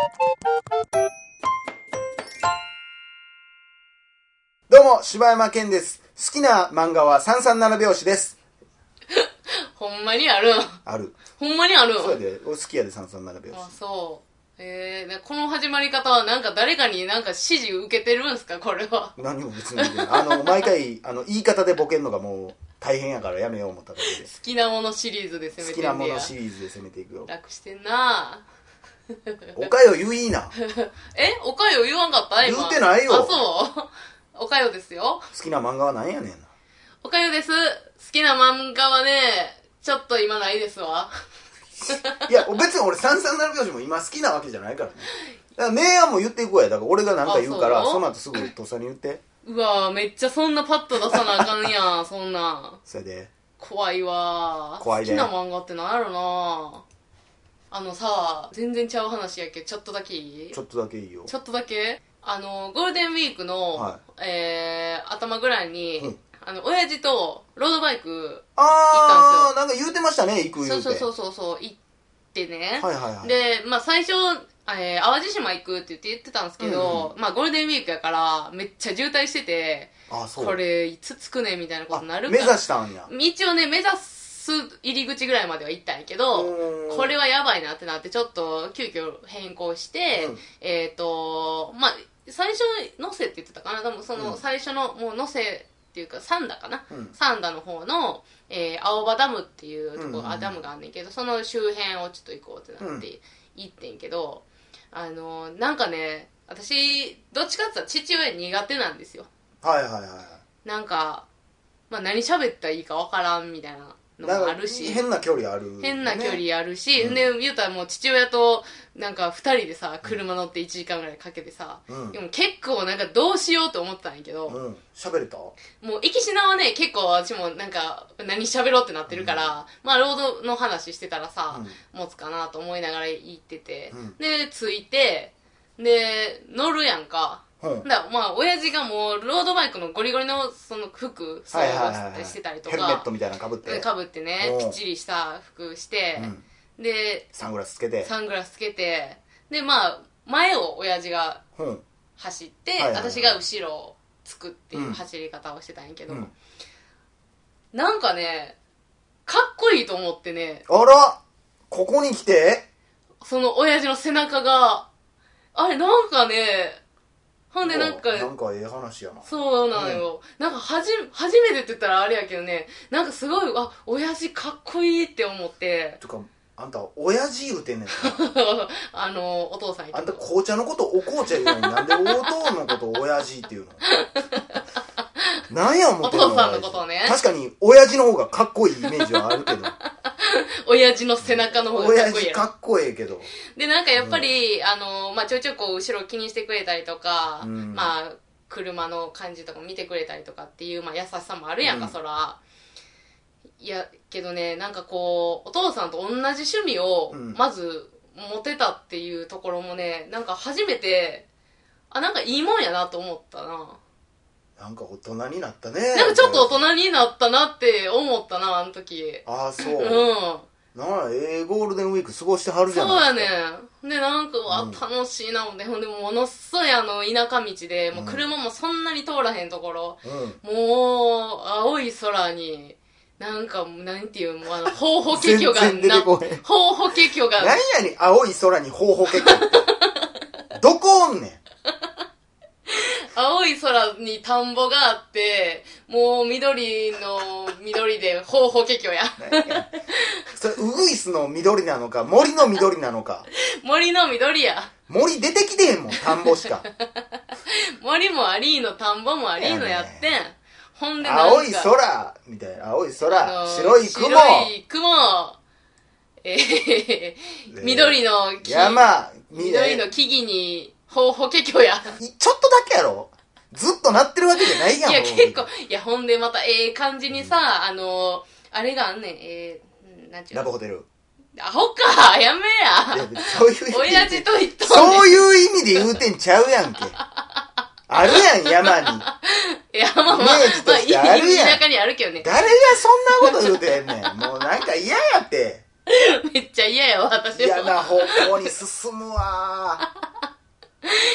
どうも、柴山健です。好きな漫画は337拍子です。 ほんまにあるん？ ある。 ほんまにあるん？ そうやで、俺好きやで337拍子。 あ、そう。でこの始まり方はなんか誰かになんか指示受けてるんすか、これは。 何も別に言ってない。毎回、言い方でボケんのがもう大変やからやめよう思っただけで。 好きなものシリーズで攻めてんねや。 好きなものシリーズで攻めていくよ。 楽してんなおかよ言いな。 おかよ言わんかった今。 言うてないよ。 あ、そうおかよですよ。 好きな漫画は何やねんな。 おかよです。好きな漫画はね、ちょっと今ないですわ。 いや、別に俺337拍子も今好きなわけじゃないからね。だから明暗も言っていこうや。だから俺が何か言うから、その後すぐとっさに言って。 うわぁ、めっちゃそんなパッと出さなあかんやん、そんな。 それで。 怖いわ。 怖いで。 好きな漫画って何やろな。さ、全然ちゃう話やけど、ちょっとだけいい？ ちょっとだけいいよ。 ちょっとだけゴールデンウィークの、 はい、 頭ぐらいに、親父とロードバイク行ったんですよ。 なんか言うてましたね、行く言うて。 そう、行ってね。 はいはいはい。 で、まあ最初、淡路島行くって言ってたんですけど、まあゴールデンウィークやから、めっちゃ渋滞してて、これいつ着くねみたいなことになるから。 目指したんや。 一応ね、目指す入り口ぐらいまでは行ったんやけど、これはやばいなってなって、ちょっと急遽変更して、まあ、最初、能勢って言ってたかな、多分その最初の、もう能勢っていうか、三田かな、三田の方の、青葉ダムっていうところ、ダムがあんねんけど、その周辺をちょっと行こうってなって行ってんけど、なんかね、私、どっちかって言ったら父親苦手なんですよ。 はいはいはい。 なんか、まあ何喋ったらいいかわからんみたいなのもあるし。 変な距離ある、ね。 変な距離あるし、で、言うたらもう父親となんか二人でさ、車乗って1時間ぐらいかけてさ、でも結構なんかどうしようと思ったんやけど、 喋れた？ もう行きしなはね、結構私もなんか何喋ろうってなってるから、まあロードの話してたらさ、持つかなと思いながら行ってて、で、着いて、で、乗るやんか。だまあ親父がもうロードバイクのゴリゴリのその服そうしてたりとか、 ヘルメットみたいなのかぶってね、きっちりした服して、でサングラスつけてでまあ前を親父が走って、私が後ろをつくっていう走り方をしてたんやけど、なんかねかっこいいと思ってね。 あらここに来てその親父の背中があれなんかね、ほんでなんかええ話やな。 そうなのよ、なんか初めてって言ったらあれやけどね、なんかすごい親父かっこいいって思って。 とかあんた親父言うてんねんなお父さんあんた紅茶のことお紅茶言うのになんでお父のこと親父っていうのなんや思ってんのお父さんのことをね。 確かに親父の方がかっこいいイメージはあるけど親父の背中の方がかっこいいやろ。 親父かっこええけど。 で、なんかやっぱり、まあ、ちょいちょいこう、後ろ気にしてくれたりとか、まあ、車の感じとか見てくれたりとかっていう、まあ、優しさもあるやんか、そら。いや、けどね、なんかこう、お父さんと同じ趣味を、まず、持てたっていうところもね、なんか初めて、なんかいいもんやなと思ったな。 なんか大人になったね。 なんかちょっと大人になったなって思ったな、あの時。 ああ、そう。なんかゴールデンウィーク過ごしてはるじゃないですか。 そうやね。で、なんか、楽しいな、ほんで、ものすごい田舎道で、もう車もそんなに通らへんところ、もう、青い空に、なんか、なんていう、もうほうほけきょが、ほうほけきょが。 なんやねん、青い空にほうほけきょ。どこおんねん。 青い空に田んぼがあって、もう緑でほうほけきょや。 それウグイスの緑なのか森の緑なのか。 森の緑や。 森出てきてへんもん、田んぼしか。 森もありーの田んぼもありーのやってん。ほんでなんか青い空みたいな、青い空、白い雲、 緑の木、 山、 緑の木々にほうほけきょや。 ちょっとだけやろ。ずっとなってるわけじゃないやん。 いや結構、いやほんでまた感じにさ、あれがあんねん、なんちゅうの。 ラブホテル。 アホか、やめや。 そういう意味で。 親父と言っとんねん。 そういう意味で言うてんちゃうやんけ。あるやん、山に。 いや、まあまあ、 イメージとしてあるやん。 田舎にあるけどね。 誰がそんなこと言うてんねん。もうなんか嫌やって。 めっちゃ嫌やわ、私は。 嫌な方向に進むわ。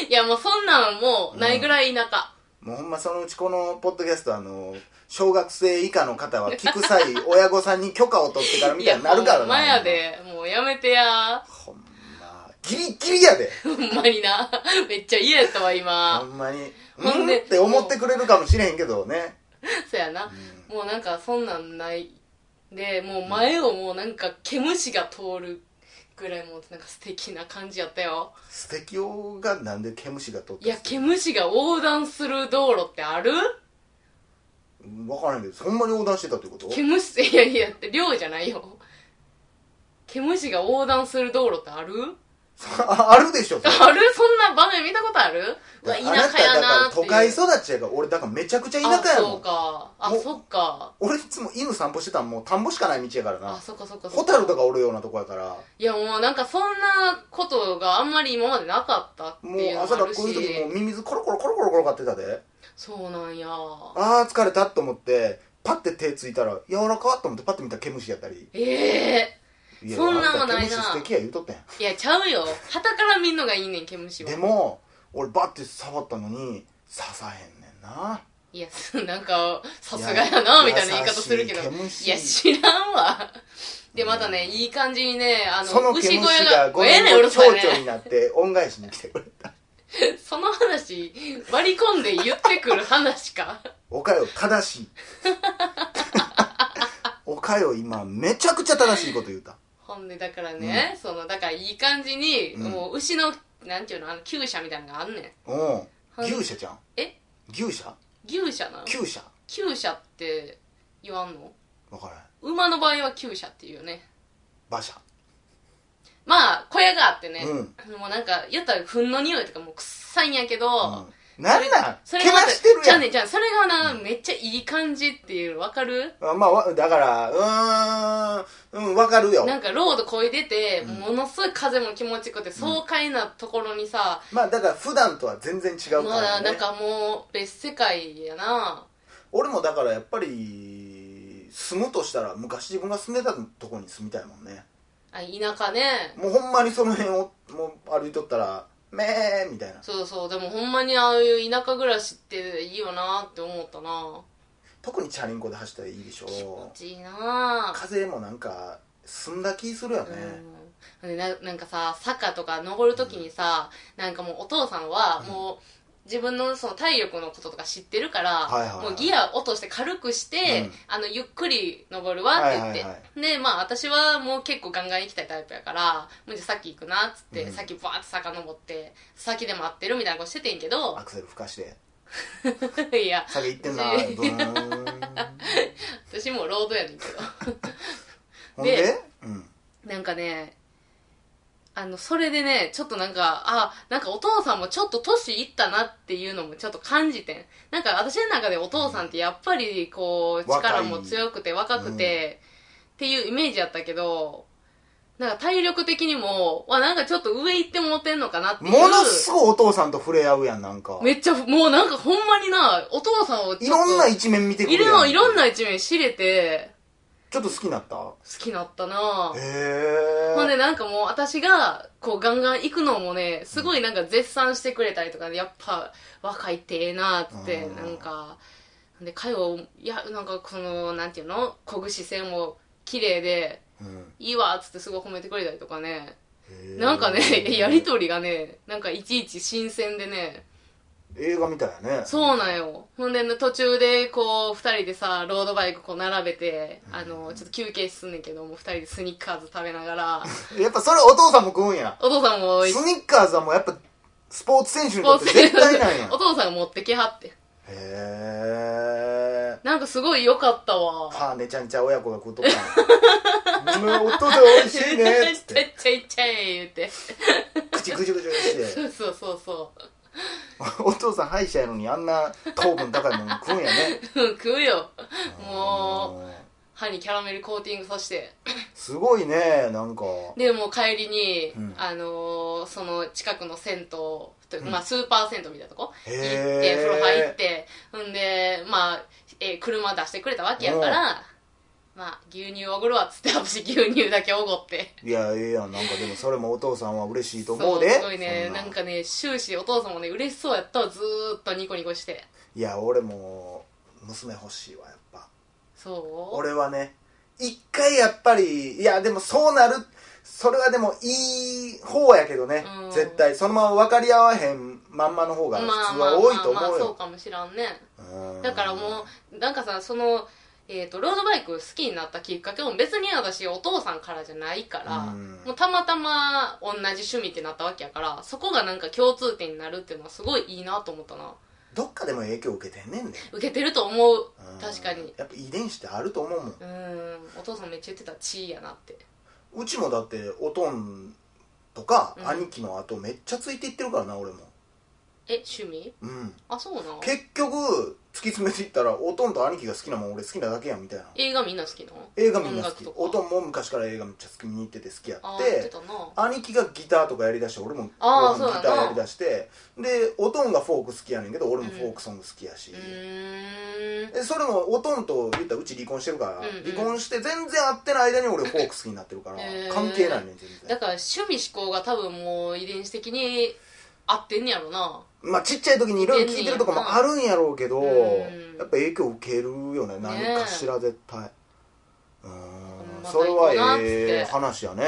いやもうそんなんもうないぐらい田舎、 もうほんまそのうちこのポッドキャスト小学生以下の方は聞く際親御さんに許可を取ってからみたいになるからな。 ほんまやで、もうやめてや。 ほんまギリギリやで。 ほんまにな。めっちゃ嫌やったわ今。 ほんまにほんでって思ってくれるかもしれへんけどね。 そうやな、もうなんかそんなんないで、もう前をもうなんか毛虫が通るぐらいもうなんか素敵な感じやったよ。 素敵をがなんで毛虫が通っていや毛虫が横断する道路ってある？ 分からへんけど、そんなに横断してたってこと？ 毛虫いやいやって量じゃないよ。毛虫が横断する道路ってある？ あるでしょそれ。 ある？そんな場面見たことある？うわ田舎やなっていう。 都会育ちやから俺だからめちゃくちゃ田舎やもん。 そうか。そっか。 俺いつも犬散歩してたんもう田んぼしかない道やからな。 そっかそっか。 ホタルとかおるようなとこやから。 いやもうなんかそんなことがあんまり今までなかったってもういうのもあるし。 朝学校の時もうミミズコロコロコロコロ転がってたで。 そうなんや。 あー疲れたと思ってパッて手ついたら柔らかっと思ってパッて見たら毛虫やったり。いやそんなんはないな。 毛虫素敵や言うとったやん。 いやちゃうよ、旗から見んのがいいねん毛虫は。 でも俺バッて触ったのに刺さへんねんな。 いやなんかさすがやなみたいな言い方するけど、いや知らんわ。でまたねいい感じにねその毛虫牛小屋がが 5年後蝶々になって恩返しに来てくれた。 その話割り込んで言ってくる話か。 おかよ正しい。おかよ今めちゃくちゃ正しいこと言うた。 ほんでだからね、だからいい感じに、もう牛のなんていうの厩舎みたいなのがあんねん。 牛舎じゃん。牛舎？ 牛舎なの？ 厩舎？ 厩舎って言わんの？ 分からん。 馬の場合は厩舎っていうよね。 馬車。 まあ小屋があってね、もうなんか言ったら糞の匂いとかもう臭いんやけど、 なんなんそれがまたしてるやん。 じゃあそれがな、めっちゃいい感じっていうの分かる？ まあだから分かるよ。 なんかロード漕いでて、ものすごい風も気持ちよくて爽快なところにさ、 まあだから普段とは全然違うからね。 まあなんかもう別世界やな。 俺もだからやっぱり住むとしたら昔自分が住んでたとこに住みたいもんね。 田舎ね。 もうほんまにその辺をもう歩いとったらめーみたいな。 そうでもほんまにああいう田舎暮らしっていいよなって思ったな。 特にチャリンコで走ったらいいでしょ。気持ちいいな。 風もなんか澄んだ気するよね。 なんかさ坂とか登るときにさ、なんかもうお父さんはもう自分のその体力のこととか知ってるから、もうギア落として軽くして、ゆっくり登るわって言って、でまあ私はもう結構ガンガン行きたいタイプやから、もうじゃあさっき行くなっつって、さっきバーって坂登って先で待ってるみたいなことしててんけど、 アクセル吹かしていや先行ってんなブーン。 私もロードやねんけどほんでなんかねそれでね、ちょっとなんかお父さんもちょっと年いったなっていうのもちょっと感じてん。なんか私の中でお父さんってやっぱりこう、力も強くて若くて、っていうイメージやったけど、なんか体力的にも、なんかちょっと上行ってもうてんのかなっていう。 ものすごいお父さんと触れ合うやん、なんか。 めっちゃ、もうなんかほんまにな、お父さんをいろんな一面見てくるやん。 いろんな一面知れて、 ちょっと好きになった？好きになったな。 へー。 ほんでなんかもう私がこうガンガン行くのもね、すごいなんか絶賛してくれたりとかで、やっぱ若いってええなーって、なんかでなんかそのなんていうの、漕ぐ姿勢も綺麗で、いいわっつってすごい褒めてくれたりとかね、なんかねやりとりがね、なんかいちいち新鮮でね、 映画みたいやね。そうなんよ。ほんで途中でこう2人でさロードバイクこう並べて、ちょっと休憩すんねんけども、2人でスニッカーズ食べながらやっぱそれお父さんも食うんや。 お父さんもスニッカーズはもうやっぱスポーツ選手にとって絶対なんや。 お父さんが持ってきはって、 へー。 なんかすごい良かったわ。 ねちゃんちゃ親子が食うとったんや。お父さん美味しいねっつってちゃいちゃい言うて口ぐじゅぐじゅしてそうお父さん歯医者やのにあんな糖分高いもの食うんやね。 食うよ。もう歯にキャラメルコーティングさせてすごいね。なんかでもう帰りに、その近くの銭湯まあスーパー銭湯みたいなとこ行って風呂入って、んでまあ、車出してくれたわけやから、 まあ牛乳おごるわっつって私牛乳だけおごって。 いやええやん。なんかでもそれもお父さんは嬉しいと思うで。 そうすごいね。なんかね終始お父さんもね嬉しそうやったわ。ずーっとニコニコして。 いや俺も娘欲しいわやっぱ。 そう俺はね一回やっぱりいやでもそうなる。それはでもいい方やけどね、うん、絶対そのまま分かり合わへんまんまの方が普通は多いと思うよ。 まあそうかもしらんね。だからもうなんかさそのロードバイク好きになったきっかけも別に私お父さんからじゃないから、もうたまたま同じ趣味ってなったわけやから、そこがなんか共通点になるっていうのはすごいいいなと思ったな。 どっかでも影響受けてんねんね。 受けてると思う。確かにやっぱ遺伝子ってあると思うもん。 お父さんめっちゃ言ってた地位やなって。 うちもだっておとんとか兄貴の後めっちゃついていってるからな俺も。 趣味？ うん。 あ、そうな。 結局突き詰めていったらおとんと兄貴が好きなもん俺好きなだけやんみたいな。 映画みんな好きなの？ 映画みんな好き。おとんも昔から映画めっちゃ好きに行ってて好きやって、 な。 兄貴がギターとかやりだして俺もギターやりだして、でおとんがフォーク好きやねんけど俺もフォークソング好きやし、それもおとんと言ったらうち離婚してるから、離婚して全然会ってない間に俺フォーク好きになってるから、関係ないねん全然。 だから趣味思考が多分もう遺伝子的に合ってんねやろな。 まあちっちゃい時にいろいろ聞いてるとこもあるんやろうけど、やっぱ影響受けるよね、何かしら絶対。それは話やね。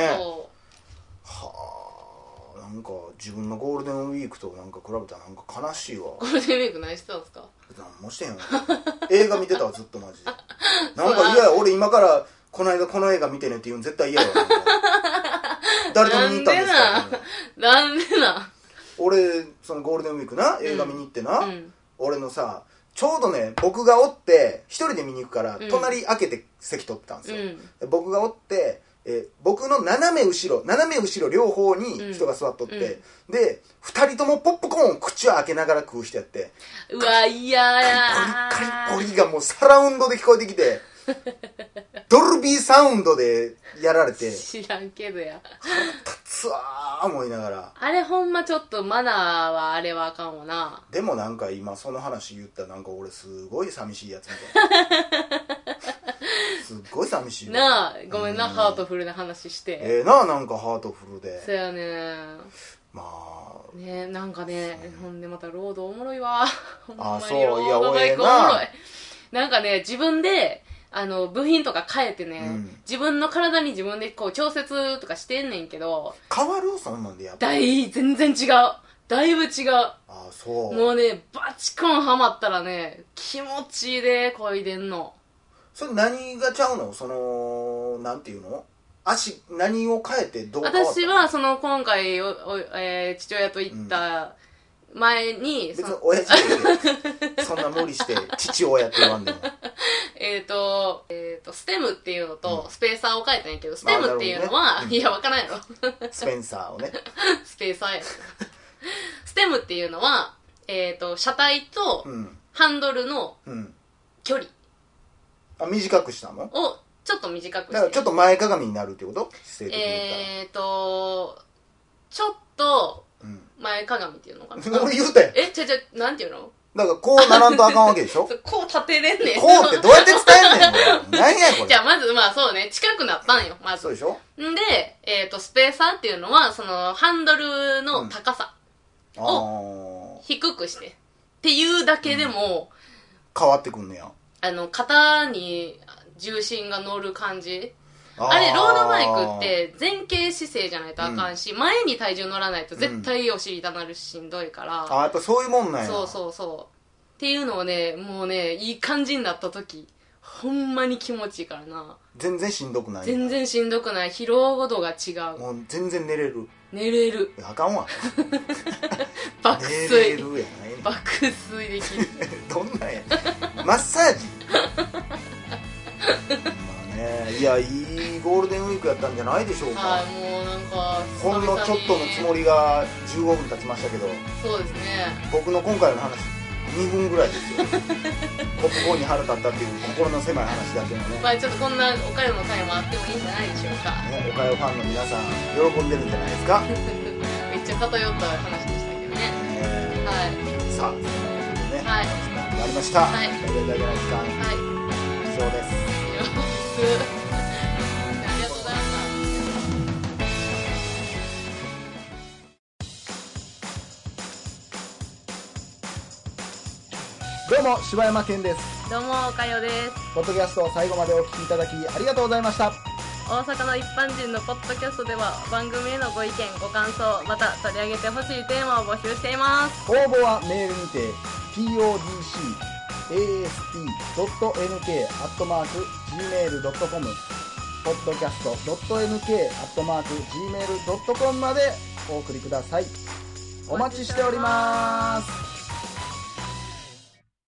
はあ、なんか自分のゴールデンウィークとなんか比べたらなんか悲しいわ。 ゴールデンウィーク何してたんですか？ 何もしてへんわ。映画見てたわずっとマジで。なんか嫌や、俺今からこの間この映画見てねって言うの絶対嫌やわ。誰と見に行ったんですか？ なんでな。 俺そのゴールデンウィークな映画見に行ってな、俺のさちょうどね僕がおって一人で見に行くから、隣開けて席取ってたんですよ、僕がおって、僕の斜め後ろ両方に人が座っとって、で2人ともポップコーンを口を開けながら食う人やって、 うわ嫌やカリポリがもうサラウンドで聞こえてきてドルビーサウンドでやられて知らんけどや腹立つわー思いながら。 あれほんまちょっとマナーはあれはあかんわな。 でもなんか今その話言ったらなんか俺すごい寂しいやつみたいなすっごい寂しいなあ。ごめんな、ハートフルな話してなんかハートフルで。 そうやね。 まあね、なんかね、ほんでまたロードおもろいわ。 あ、そう、いやおもろいなんかね、自分で部品とか変えてね、自分の体に自分でこう調節とかしてんねんけど、 変わるそんなんでやっぱ全然違う。だいぶ違う。 あ、そう。 もうね、バチコンハマったらね、気持ちいいで、こいでんの。 それ何がちゃうの？そのなんていうの？何を変えてどう変わったの？ 私は今回父親と行った前に、 別に親父でそんな無理して父親って言わんでもステムっていうのとスペーサーを変えたんやけど、ステムっていうのは、いや分からんやろスペンサーをねスペーサーやステムっていうのは車体とハンドルの距離短くしたの？ をちょっと短くして、 だからちょっと前かがみになるってこと？姿勢的にちょっと前かがみっていうのかな俺言うたやん。 なんていうの？ だからこうならんとあかんわけでしょこう立てれんねん。 こうってどうやって伝えんねん何やこれ。 じゃあまずまあそうね、近くなったんよまず。 そうでしょ。 んでスペーサーっていうのはそのハンドルの高さを低くしてっていうだけでも、 変わってくんねや。 肩に重心が乗る感じ。あれロードバイクって前傾姿勢じゃないとあかんし、前に体重乗らないと絶対お尻痛なるししんどいから、 やっぱそういうもんなんや。 そうっていうのをね、もうねいい感じになった時ほんまに気持ちいいからな。 全然しんどくない。 全然しんどくない。疲労度が違う。 もう全然寝れる。 あかんわ爆睡。 寝れるやない。 爆睡できるどんなんやマッサージいや、いいゴールデンウィークやったんじゃないでしょうか。 はい、もうなんかほんのちょっとのつもりが15分経ちましたけど、 そうですね、 僕の今回の話2分ぐらいですよポップコーンに腹立ったっていう心の狭い話だけどね。 まあちょっとこんなおかよの回もあってもいいんじゃないでしょうか、 ね、おかよファンの皆さん喜んでるんじゃないですかめっちゃ偏った話でしたけどね、はい。 さあ、ということでね、 はい、 お時間になりました。 はい、 大々だけの時間、 はい、 以上です。 りがとうございました。 どうも柴山健です。 どうもおかよです。 ポッドキャストを最後までお聞きいただきありがとうございました。 大阪の一般人のポッドキャストでは番組へのご意見ご感想また取り上げてほしいテーマを募集しています。 応募はメールにて podcast.nk@gmail.com podcast.nk@gmail.com までお送りください。お待ちしております。